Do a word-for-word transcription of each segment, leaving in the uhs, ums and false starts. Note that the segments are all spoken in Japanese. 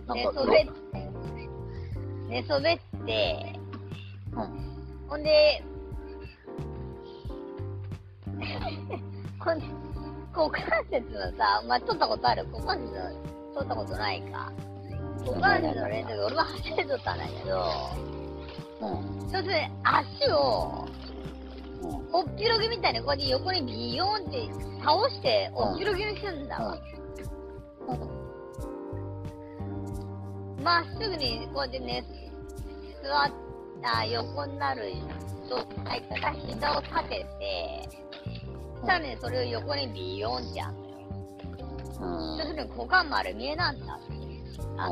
寝そべって、寝そべって、 うん。 ほんで、ほんで、股関節のさ、お前取ったことある？股関節の取ったことないか。股関節のレントゲン、俺は初めて取ったんだけど、 うん。 そして足を、 うん。 おっぴろぎみたいにこうやって横にビヨーンって倒しておっぴろぎにするんだわ。まっすぐにこうやってね、座った横になる状態から膝を立てて、さらにそれを横にビヨーンってやんのよ。 うん。 そうするに股間丸見えなんだって。あ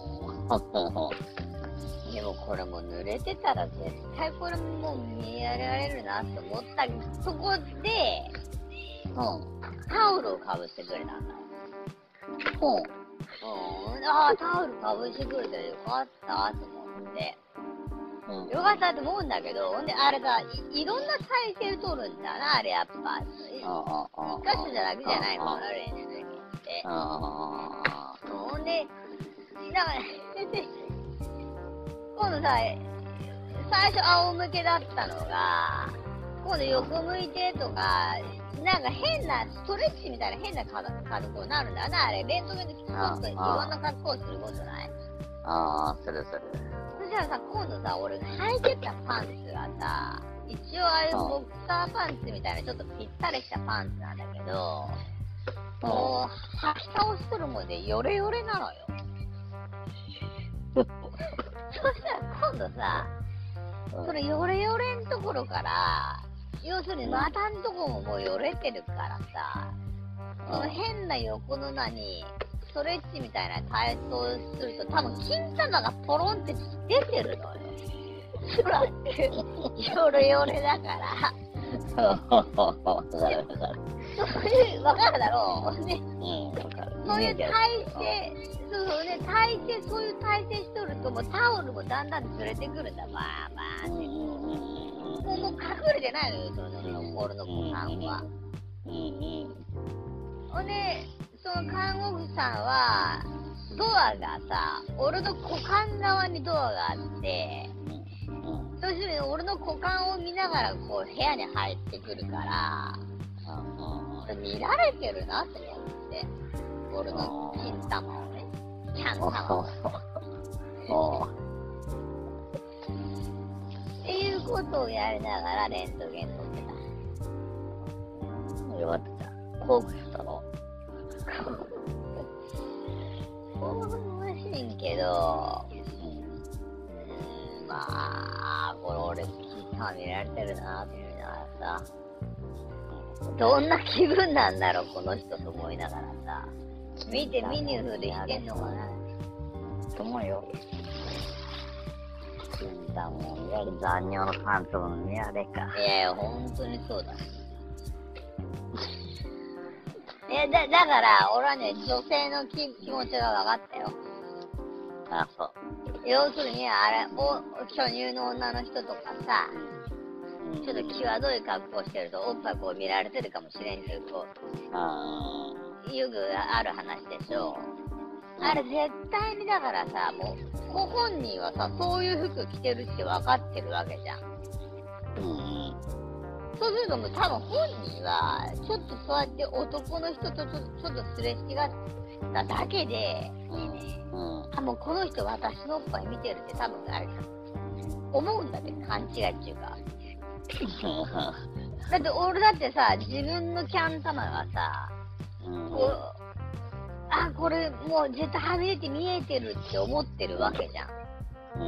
でもこれも濡れてたら絶対これもう見えられるなって思ったそこで、 うん。 タオルをかぶしてくれたんだ。 うん。 うん。ああ、タオルかぶしてくれてよかったと思って。 うん。 よかったと思うんだけど、ほんであれさ、い、いろんな体勢取るんだな、あれやっぱ。一箇所じゃだけじゃないもんな、練習的にって。ほんで、なんか、今度さ、最初仰向けだったのが、今度横向いてとか、なんか変なストレッチみたいな変な格好になるんだな、あれ。レントゲンでちょっといろんな格好することない？ ああ、するする。 そしたらさ、今度さ、俺履いてたパンツがさ、一応ああいうボクサーパンツみたいなちょっとぴったりしたパンツなんだけど、もう、履き倒しとるもんでヨレヨレなのよ。そしたら今度さ、そのヨレヨレんところから、要するに股んとこももうよれてるからさ、その変な横の名に、ストレッチみたいな体操すると多分金玉がポロンって出てるのよ。そらく、ヨレヨレだから。そういう、わかるだろうね。 うん、わかる。 そういう体勢、そうそうね、体勢、そういう体勢しとるともうタオルもだんだんずれてくるんだ、バーバーって。もう、もう隠れてないのよ、その、俺の股間は。ほんで、その看護婦さんは、ドアがさ、俺の股間側にドアがあって、そうするに俺の股間を見ながらこう部屋に入ってくるから、見られてるなって思って、俺の金玉をね、キャン玉を。っていうことをやりながらレントゲン撮ってた。 よかったじゃん。興奮したの？ 興奮はしんけど、うん、まあ、これ俺、金玉見られてるなって思いながらさ、どんな気分なんだろう、この人と思いながらさ。見て見ぬふりしてんのかな。 と思うよ。金玉も見られ、残尿のパンツも見られか。 いやいや、ほんとにそうだ。いや、だ、だから、俺はね、女性の気、気持ちが分かったよ。 あ、そう。 要するに、あれ、お、巨乳の女の人とかさ、ちょっと際どい格好してるとおっぱいこう見られてるかもしれんっていうこうよくある話でしょ。あれ絶対にだからさ、もうご本人はさそういう服着てるって分かってるわけじゃん。うんそうするともう多分本人はちょっとそうやって男の人とちょっとすれ違っただけで、うん、あもうこの人私のおっぱい見てるって多分あれ思うんだけど勘違いっていうかだって俺だってさ自分のキャン玉がさ、うん、こうあこれもう絶対はみ出て見えてるって思ってるわけじゃん、うん、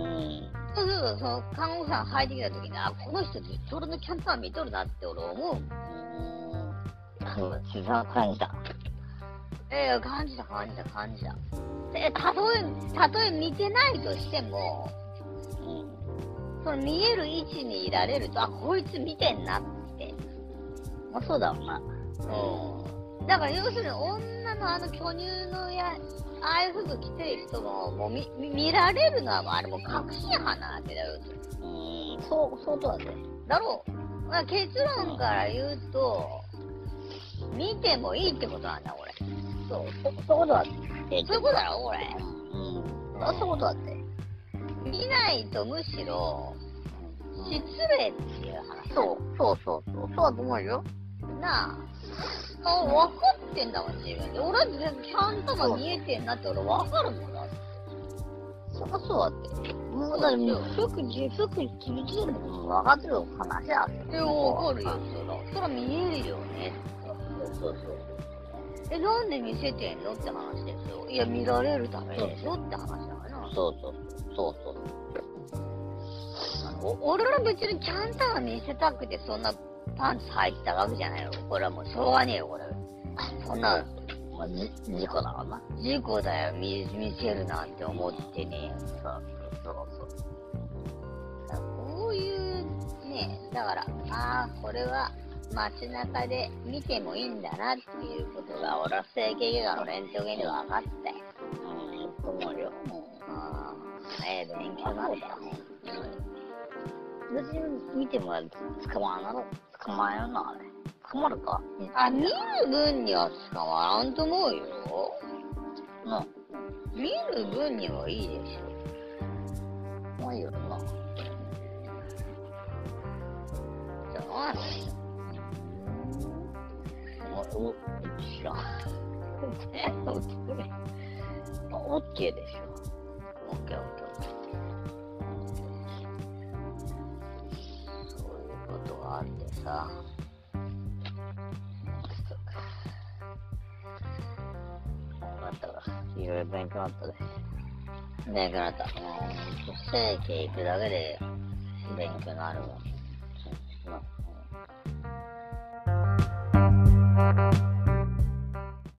そうするとその看護婦さん入ってきた時にあこの人ずっと俺のキャン玉見とるなって俺思う。 うん自分感じた。 ええ感じた感じた感じた。えたとえたとえ見てないとしても、うん、その見える位置にいられるとあこいつ見てんなって。 まあそうだろうな。 うん。だから要するに女のあの巨乳のやああいう服着てる人ももう見見られるのはあれもう確信犯なわけだよ。 うん、そうそうだね。 だろう。まあ、結論から言うと、見てもいいってことなんだ俺。 そうそそういうことだ。 そういうことだろ俺。 うん。あ、そういうことだって。 見ないとむしろ、失礼っていう話。 そう、そうそうそう。そうだと思うよ。 なあ。あ、分かってんだもん、自分で。俺は全然ちゃんとが見えてんなって俺分かるもんだって。 そりゃそうだって。もうだってもう服着、服着る時点でも分かってる話だって。 え、分かるよ、そら。そら見えるよね。 そうそうそう。 え、なんで見せてんのって話ですよ。いや、見られるためでしょって話だからな。 そうそうそうそうそう。お俺ら別にちゃんとは見せたくてそんなパンツ履いてたわけじゃないよ。これはもうしょうがねえよ、これ。そんな、 まあ、じ事故だわな。 事故だよ、見、見せるなんて思ってね。 そうそうそう。こういうね、だから、ああ、これは街中で見てもいいんだなっていうことが、俺は整形外科のレントゲンで分かったよ。 うん、そう思うよ。 ああ、ええ、勉強になったよ。 別に見ても捕まらんな、捕まらんな、あれ。捕まるかあ、見る分には捕まらんと思うよ。 うん。 見る分にはいいでしょ。まあいいよな。 じゃあ、 お、知らん。 え、オッケーでしょ。 オッケーオッケーオッケー。そういうことがあってさ。 なったか。いろいろ勉強になったで。 勉強になった。もう、整形行くだけで勉強になるわ。